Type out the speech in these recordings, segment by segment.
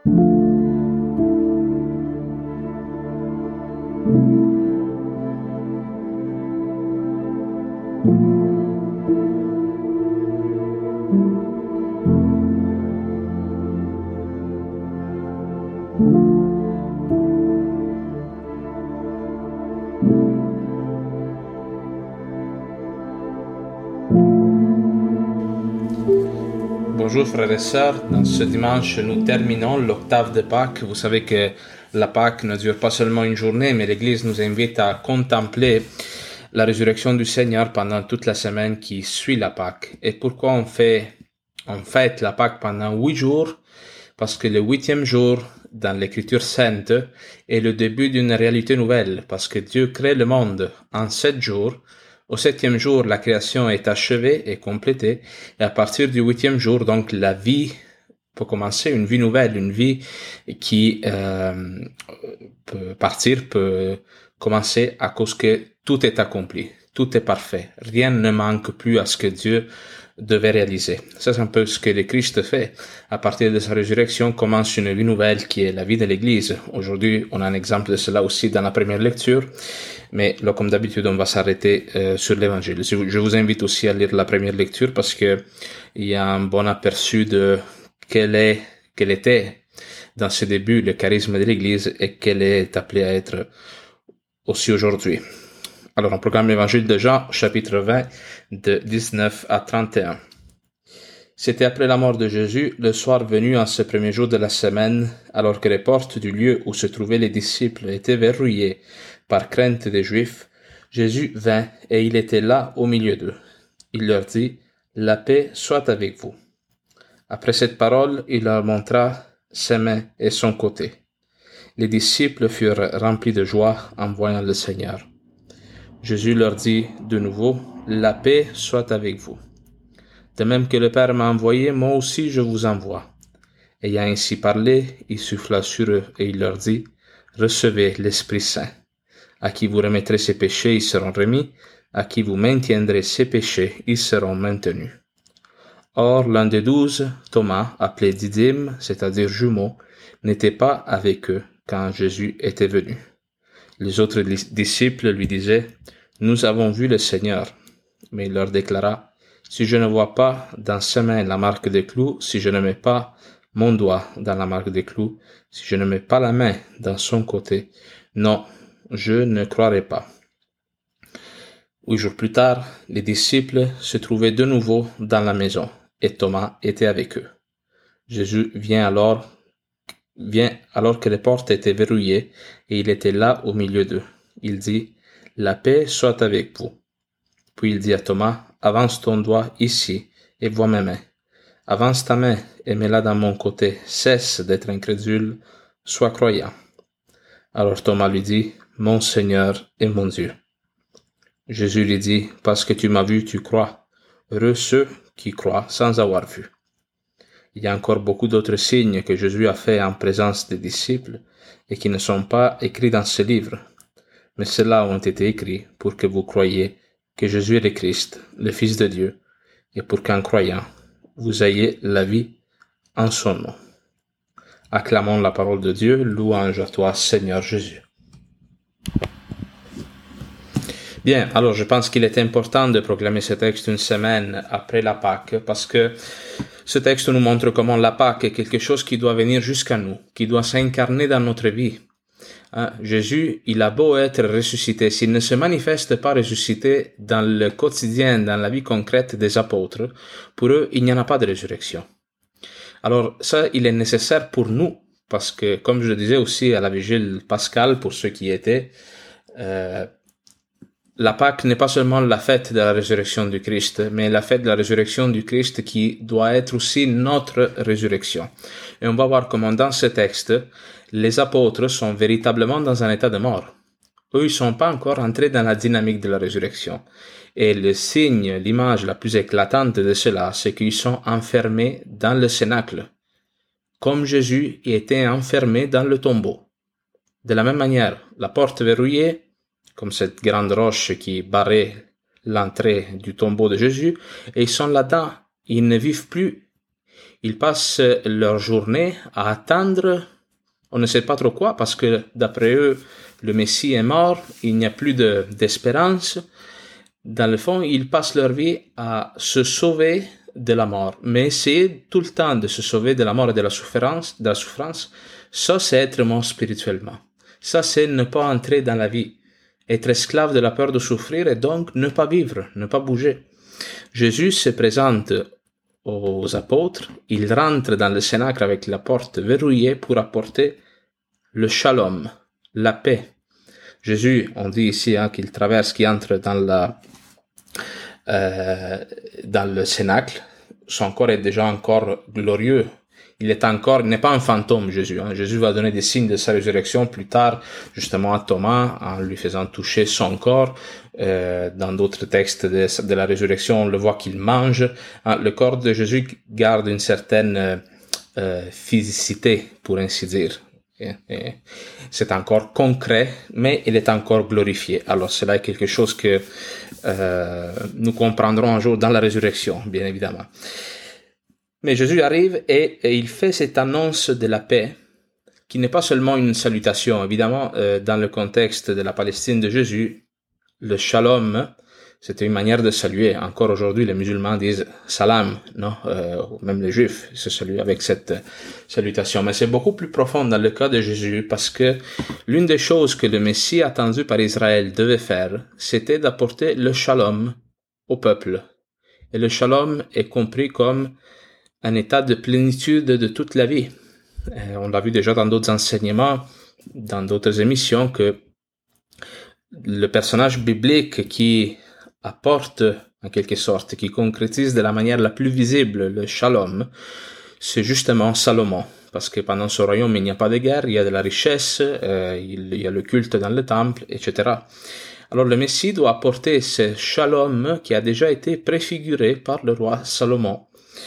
Bonjour frères et sœurs, dans ce dimanche nous terminons l'octave de Pâques. Vous savez que la Pâques ne dure pas seulement une journée, mais l'Église nous invite à contempler la résurrection du Seigneur pendant toute la semaine qui suit la Pâques. Et pourquoi on fête la Pâques pendant 8 jours? Parce que le 8e jour dans l'Écriture sainte est le début d'une réalité nouvelle, parce que Dieu crée le monde en 7 jours. Au 7e jour, la création est achevée et complétée, et à partir du 8e jour, donc, la vie peut commencer, une vie nouvelle, une vie qui peut commencer à cause que tout est accompli, tout est parfait, rien ne manque plus à ce que Dieu devait réaliser. Ça, c'est un peu ce que le Christ fait. À partir de sa résurrection, commence une vie nouvelle qui est la vie de l'Église. Aujourd'hui, on a un exemple de cela aussi dans la première lecture. Mais là, comme d'habitude, on va s'arrêter sur l'Évangile. Je vous invite aussi à lire la première lecture parce que il y a un bon aperçu de quel était dans ses débuts le charisme de l'Église et quel est appelé à être aussi aujourd'hui. Alors, on programme l'Évangile de Jean, chapitre 20, de 19 à 31. C'était après la mort de Jésus, le soir venu en ce premier jour de la semaine, alors que les portes du lieu où se trouvaient les disciples étaient verrouillées par crainte des Juifs, Jésus vint et il était là au milieu d'eux. Il leur dit, « La paix soit avec vous. » Après cette parole, il leur montra ses mains et son côté. Les disciples furent remplis de joie en voyant le Seigneur. Jésus leur dit de nouveau, « La paix soit avec vous. De même que le Père m'a envoyé, moi aussi je vous envoie. » Ayant ainsi parlé, il souffla sur eux et il leur dit, « Recevez l'Esprit Saint. À qui vous remettrez ses péchés, ils seront remis. À qui vous maintiendrez ses péchés, ils seront maintenus. » Or, l'un des 12, Thomas, appelé Didyme, c'est-à-dire jumeau, n'était pas avec eux quand Jésus était venu. Les autres disciples lui disaient, « Nous avons vu le Seigneur. » Mais il leur déclara, « Si je ne vois pas dans ses mains la marque des clous, si je ne mets pas mon doigt dans la marque des clous, si je ne mets pas la main dans son côté, non, je ne croirai pas. » 8 jours plus tard, les disciples se trouvaient de nouveau dans la maison, et Thomas était avec eux. Jésus vient alors que les portes étaient verrouillées, et il était là au milieu d'eux. Il dit, « La paix soit avec vous. » Puis il dit à Thomas, « Avance ton doigt ici, et vois mes mains. Avance ta main, et mets-la dans mon côté. Cesse d'être incrédule, sois croyant. » Alors Thomas lui dit, « Mon Seigneur et mon Dieu. » Jésus lui dit, « Parce que tu m'as vu, tu crois. Heureux ceux qui croient sans avoir vu. » Il y a encore beaucoup d'autres signes que Jésus a faits en présence des disciples et qui ne sont pas écrits dans ce livre. Mais ceux-là ont été écrits pour que vous croyiez que Jésus est le Christ, le Fils de Dieu, et pour qu'en croyant, vous ayez la vie en son nom. Acclamons la parole de Dieu, louange à toi, Seigneur Jésus. Bien, alors je pense qu'il est important de proclamer ce texte une semaine après la Pâque, parce que ce texte nous montre comment la Pâque est quelque chose qui doit venir jusqu'à nous, qui doit s'incarner dans notre vie. Jésus, il a beau être ressuscité, s'il ne se manifeste pas ressuscité dans le quotidien, dans la vie concrète des apôtres, pour eux, il n'y en a pas de résurrection. Alors ça, il est nécessaire pour nous, parce que, comme je le disais aussi à la vigile pascale, pour ceux qui y étaient, la Pâque n'est pas seulement la fête de la résurrection du Christ, mais la fête de la résurrection du Christ qui doit être aussi notre résurrection. Et on va voir comment dans ce texte, les apôtres sont véritablement dans un état de mort. Eux, ils sont pas encore entrés dans la dynamique de la résurrection. Et le signe, l'image la plus éclatante de cela, c'est qu'ils sont enfermés dans le cénacle, comme Jésus était enfermé dans le tombeau. De la même manière, la porte verrouillée, comme cette grande roche qui barrait l'entrée du tombeau de Jésus, et ils sont là-dedans, ils ne vivent plus. Ils passent leur journée à attendre, on ne sait pas trop quoi, parce que d'après eux, le Messie est mort, il n'y a plus d'espérance. Dans le fond, ils passent leur vie à se sauver de la mort. Mais essayer tout le temps de se sauver de la mort et de la souffrance, ça c'est être mort spirituellement. Ça c'est ne pas entrer dans la vie, être esclave de la peur de souffrir et donc ne pas vivre, ne pas bouger. Jésus se présente aux apôtres, il rentre dans le cénacle avec la porte verrouillée pour apporter le shalom, la paix. Jésus, on dit ici qu'il traverse, qu'il entre dans le cénacle. Son corps est déjà encore glorieux. Il n'est pas un fantôme, Jésus. Jésus va donner des signes de sa résurrection plus tard, justement à Thomas, en lui faisant toucher son corps. Dans d'autres textes de la résurrection, on le voit qu'il mange. Le corps de Jésus garde une certaine physicité, pour ainsi dire. C'est encore concret, mais il est encore glorifié. Alors cela est quelque chose que nous comprendrons un jour dans la résurrection, bien évidemment. Mais Jésus arrive et il fait cette annonce de la paix, qui n'est pas seulement une salutation. Évidemment, dans le contexte de la Palestine de Jésus, le shalom, c'était une manière de saluer. Encore aujourd'hui, les musulmans disent salam, non? Même les juifs se saluent avec cette salutation. Mais c'est beaucoup plus profond dans le cas de Jésus, parce que l'une des choses que le Messie attendu par Israël devait faire, c'était d'apporter le shalom au peuple. Et le shalom est compris comme un état de plénitude de toute la vie. On l'a vu déjà dans d'autres enseignements, dans d'autres émissions, que le personnage biblique qui apporte, en quelque sorte, qui concrétise de la manière la plus visible le shalom, c'est justement Salomon. Parce que pendant ce royaume, il n'y a pas de guerre, il y a de la richesse, il y a le culte dans le temple, etc. Alors le Messie doit apporter ce shalom qui a déjà été préfiguré par le roi Salomon.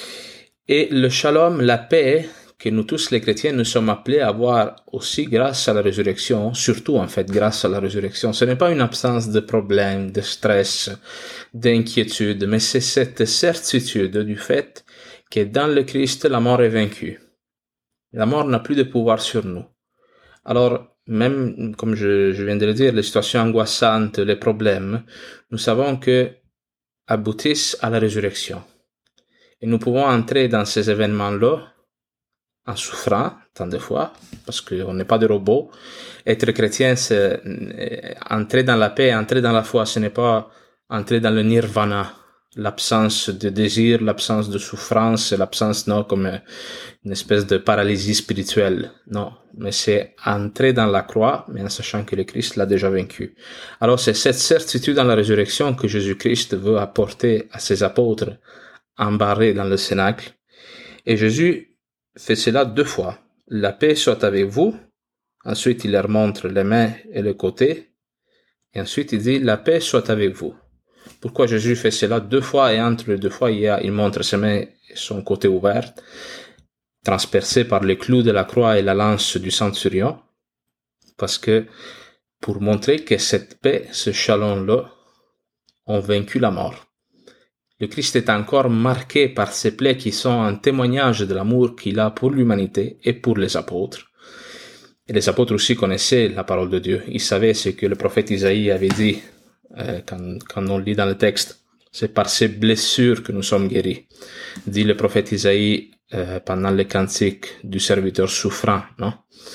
Et le shalom, la paix, que nous tous les chrétiens nous sommes appelés à avoir aussi grâce à la résurrection, surtout en fait grâce à la résurrection. Ce n'est pas une absence de problèmes, de stress, d'inquiétude, mais c'est cette certitude du fait que dans le Christ, la mort est vaincue. La mort n'a plus de pouvoir sur nous. Alors, même, comme je viens de le dire, les situations angoissantes, les problèmes, nous savons que aboutissent à la résurrection. Et nous pouvons entrer dans ces événements-là en souffrant, tant de fois, parce qu'on n'est pas des robots. Être chrétien, c'est entrer dans la paix, entrer dans la foi, ce n'est pas entrer dans le nirvana, l'absence de désir, l'absence de souffrance, l'absence, non, comme une espèce de paralysie spirituelle. Non, mais c'est entrer dans la croix, mais en sachant que le Christ l'a déjà vaincu. Alors c'est cette certitude dans la résurrection que Jésus-Christ veut apporter à ses apôtres, embarrés dans le cénacle. Et Jésus fait cela 2 fois. La paix soit avec vous. Ensuite, il leur montre les mains et le côté. Et ensuite, il dit, la paix soit avec vous. Pourquoi Jésus fait cela 2 fois, et entre les 2 fois, il montre ses mains et son côté ouvert, transpercé par les clous de la croix et la lance du centurion? Parce que, pour montrer que cette paix, ce shalom-là, ont vaincu la mort. Le Christ est encore marqué par ces plaies qui sont un témoignage de l'amour qu'il a pour l'humanité et pour les apôtres. Et les apôtres aussi connaissaient la parole de Dieu. Ils savaient ce que le prophète Isaïe avait dit quand on lit dans le texte. C'est par ces blessures que nous sommes guéris. Dit le prophète Isaïe pendant le cantique du serviteur souffrant, non?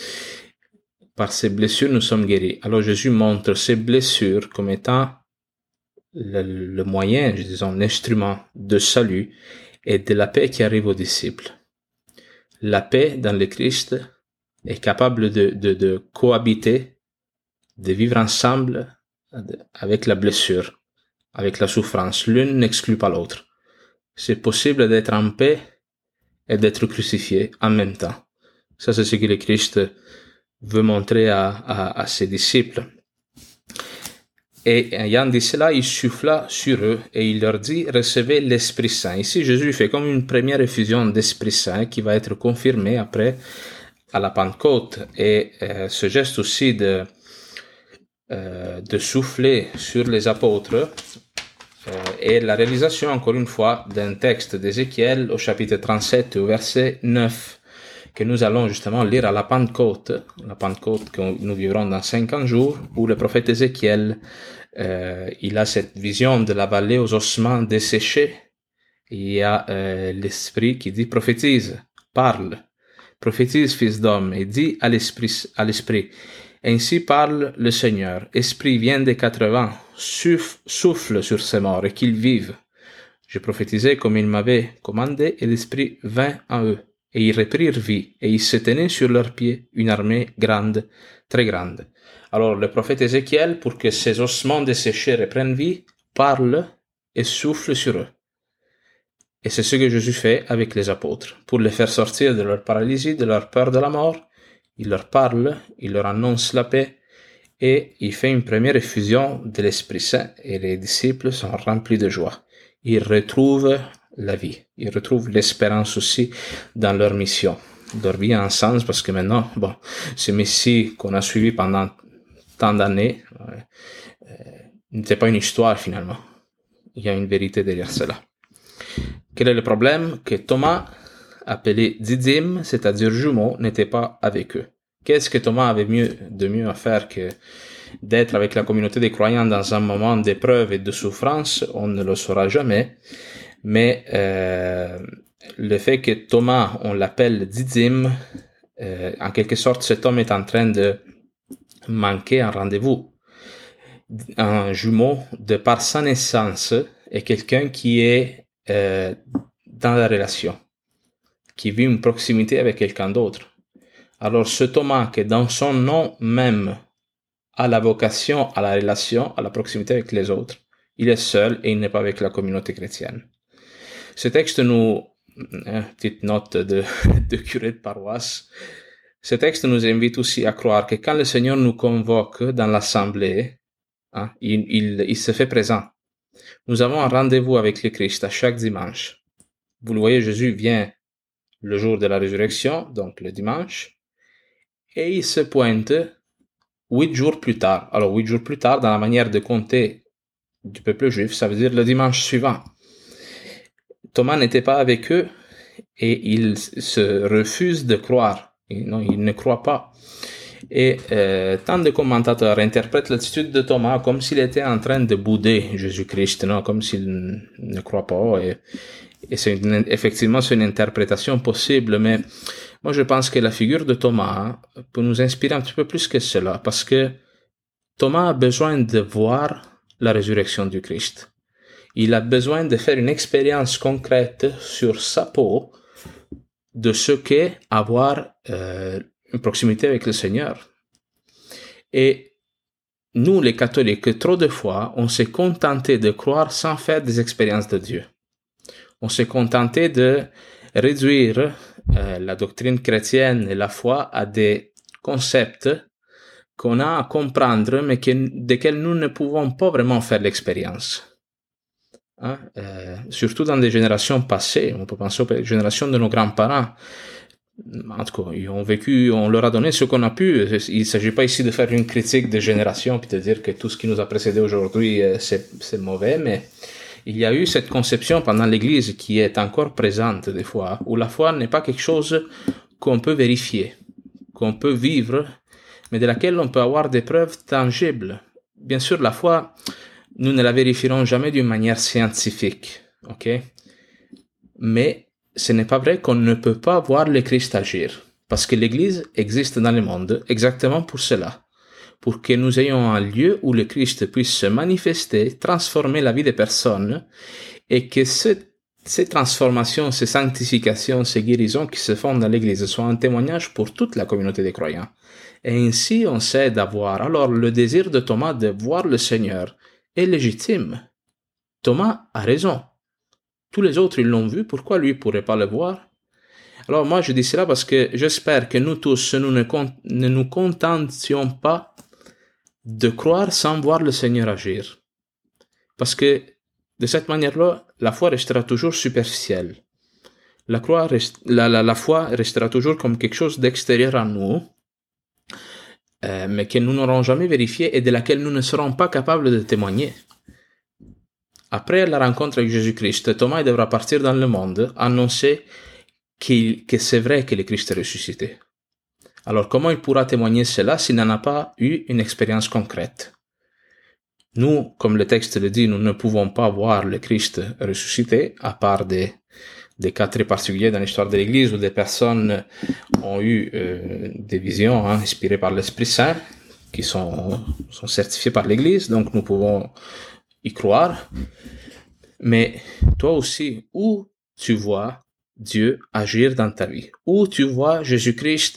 Par ces blessures, nous sommes guéris. Alors Jésus montre ces blessures comme étant le moyen, disons, l'instrument de salut et de la paix qui arrive aux disciples. La paix dans le Christ est capable de cohabiter, de vivre ensemble avec la blessure, avec la souffrance. L'une n'exclut pas l'autre. C'est possible d'être en paix et d'être crucifié en même temps. Ça, c'est ce que le Christ veut montrer à ses disciples. Et ayant dit cela, il souffla sur eux et il leur dit, recevez l'Esprit Saint. Ici, Jésus fait comme une première effusion d'Esprit Saint qui va être confirmée après à la Pentecôte. Et ce geste aussi de souffler sur les apôtres Et la réalisation, encore une fois, d'un texte d'Ézéchiel au chapitre 37 au verset 9, que nous allons justement lire à la Pentecôte que nous vivrons dans 50 jours, où le prophète Ézéchiel, il a cette vision de la vallée aux ossements desséchés. Il y a l'esprit qui dit prophétise, parle, prophétise fils d'homme, et dit à l'esprit, ainsi parle le Seigneur, esprit vient des 4 vents, souffle sur ces morts et qu'ils vivent. Je prophétisais comme il m'avait commandé et l'esprit vint en eux. Et ils reprirent vie, et ils se tenaient sur leurs pieds, une armée grande, très grande. Alors le prophète Ézéchiel, pour que ces ossements desséchés reprennent vie, parle et souffle sur eux. Et c'est ce que Jésus fait avec les apôtres, pour les faire sortir de leur paralysie, de leur peur de la mort. Il leur parle, il leur annonce la paix, et il fait une première effusion de l'Esprit Saint, et les disciples sont remplis de joie. Ils retrouvent la vie, ils retrouvent l'espérance aussi dans leur mission. Leur vie a un sens parce que maintenant, ce Messie qu'on a suivi pendant tant d'années n'était pas une histoire finalement. Il y a une vérité derrière cela. Quel est le problème? Que Thomas, appelé Didyme, c'est-à-dire jumeau, n'était pas avec eux. Qu'est-ce que Thomas avait de mieux à faire que d'être avec la communauté des croyants dans un moment d'épreuve et de souffrance? On ne le saura jamais. Mais le fait que Thomas, on l'appelle Didyme, en quelque sorte, cet homme est en train de manquer un rendez-vous. Un jumeau, de par sa naissance, est quelqu'un qui est dans la relation, qui vit une proximité avec quelqu'un d'autre. Alors ce Thomas, qui dans son nom même a la vocation à la relation, à la proximité avec les autres, il est seul et il n'est pas avec la communauté chrétienne. Ce texte petite note de curé de paroisse, ce texte nous invite aussi à croire que quand le Seigneur nous convoque dans l'assemblée, il se fait présent. Nous avons un rendez-vous avec le Christ à chaque dimanche. Vous le voyez, Jésus vient le jour de la résurrection, donc le dimanche, et il se pointe 8 jours plus tard. Alors 8 jours plus tard, dans la manière de compter du peuple juif, ça veut dire le dimanche suivant. Thomas n'était pas avec eux et il se refuse de croire. Il ne croit pas. Et tant de commentateurs interprètent l'attitude de Thomas comme s'il était en train de bouder Jésus-Christ, comme s'il ne croit pas. Et effectivement, c'est une interprétation possible, mais moi je pense que la figure de Thomas peut nous inspirer un petit peu plus que cela, parce que Thomas a besoin de voir la résurrection du Christ. Il a besoin de faire une expérience concrète sur sa peau de ce qu'est avoir une proximité avec le Seigneur. Et nous, les catholiques, trop de fois, on s'est contenté de croire sans faire des expériences de Dieu. On s'est contenté de réduire la doctrine chrétienne et la foi à des concepts qu'on a à comprendre, mais desquels nous ne pouvons pas vraiment faire l'expérience. Surtout dans des générations passées, on peut penser aux générations de nos grands-parents. En tout cas, ils ont vécu, on leur a donné ce qu'on a pu. Il ne s'agit pas ici de faire une critique des générations puis de dire que tout ce qui nous a précédé aujourd'hui c'est mauvais, mais il y a eu cette conception pendant l'Église qui est encore présente des fois, où la foi n'est pas quelque chose qu'on peut vérifier, qu'on peut vivre, mais de laquelle on peut avoir des preuves tangibles. Bien sûr, la foi, nous ne la vérifierons jamais d'une manière scientifique, ok? Mais ce n'est pas vrai qu'on ne peut pas voir le Christ agir, parce que l'Église existe dans le monde exactement pour cela, pour que nous ayons un lieu où le Christ puisse se manifester, transformer la vie des personnes, et que ces transformations, ces sanctifications, ces guérisons qui se font dans l'Église soient un témoignage pour toute la communauté des croyants. Et ainsi on sait d'avoir. Alors le désir de Thomas de voir le Seigneur est légitime. Thomas a raison. Tous les autres, ils l'ont vu, pourquoi lui ne pourrait pas le voir? Alors moi, je dis cela parce que j'espère que nous tous, nous ne nous contentions pas de croire sans voir le Seigneur agir. Parce que de cette manière-là, la foi restera toujours superficielle. La foi restera toujours comme quelque chose d'extérieur à nous, mais que nous n'aurons jamais vérifié et de laquelle nous ne serons pas capables de témoigner. après la rencontre avec Jésus-Christ, Thomas devra partir dans le monde, annoncer que c'est vrai que le Christ est ressuscité. Alors comment il pourra témoigner cela s'il n'en a pas eu une expérience concrète? Nous, comme le texte le dit, nous ne pouvons pas voir le Christ ressuscité, à part des cas très particuliers dans l'histoire de l'Église où des personnes ont eu des visions inspirées par l'Esprit Saint, qui sont certifiées par l'Église, donc nous pouvons y croire. Mais toi aussi, où tu vois Dieu agir dans ta vie, où tu vois Jésus-Christ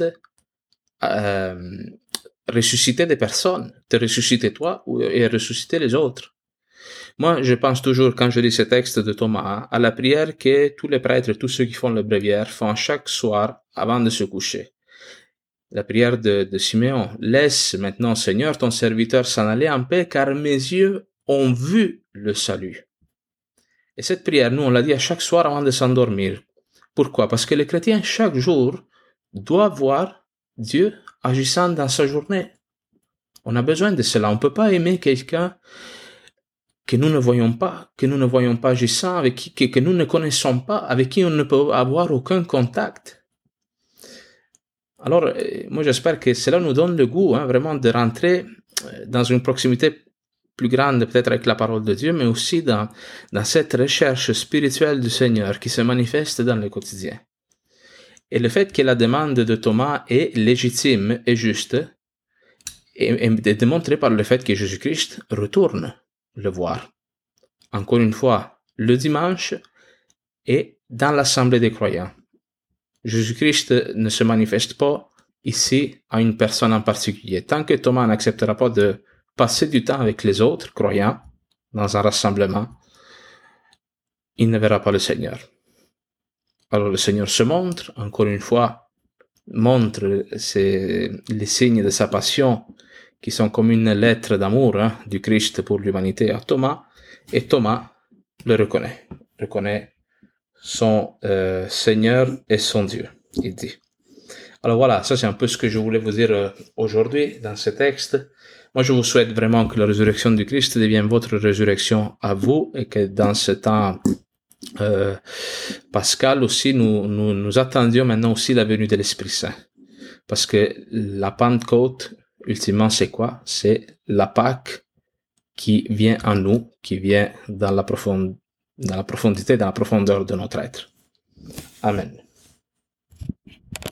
ressusciter des personnes, te ressusciter toi et ressusciter les autres. Moi, je pense toujours, quand je lis ce texte de Thomas, à la prière que tous les prêtres, tous ceux qui font le bréviaire, font chaque soir avant de se coucher. La prière de Siméon. Laisse maintenant, Seigneur, ton serviteur s'en aller en paix, car mes yeux ont vu le salut. Et cette prière, nous, on l'a dit à chaque soir avant de s'endormir. Pourquoi? Parce que le chrétien, chaque jour, doit voir Dieu agissant dans sa journée. On a besoin de cela. On ne peut pas aimer quelqu'un que nous ne voyons pas agissant, avec qui, que nous ne connaissons pas, avec qui on ne peut avoir aucun contact. Alors, moi j'espère que cela nous donne le goût, vraiment de rentrer dans une proximité plus grande peut-être avec la parole de Dieu, mais aussi dans cette recherche spirituelle du Seigneur qui se manifeste dans le quotidien. Et le fait que la demande de Thomas est légitime et juste est démontré par le fait que Jésus-Christ retourne le voir. Encore une fois, le dimanche et dans l'assemblée des croyants. Jésus-Christ ne se manifeste pas ici à une personne en particulier. Tant que Thomas n'acceptera pas de passer du temps avec les autres croyants dans un rassemblement, il ne verra pas le Seigneur. Alors le Seigneur se montre, encore une fois, montre les signes de sa passion qui sont comme une lettre d'amour du Christ pour l'humanité à Thomas, et Thomas le reconnaît son Seigneur et son Dieu, il dit. Alors voilà, ça c'est un peu ce que je voulais vous dire aujourd'hui dans ce texte. Moi je vous souhaite vraiment que la résurrection du Christ devienne votre résurrection à vous, et que dans ce temps pascal aussi, nous attendions maintenant aussi la venue de l'Esprit Saint. Parce que la Pentecôte, ultimement, c'est quoi? C'est la Pâque qui vient en nous, qui vient dans la profondité, dans la profondeur de notre être. Amen.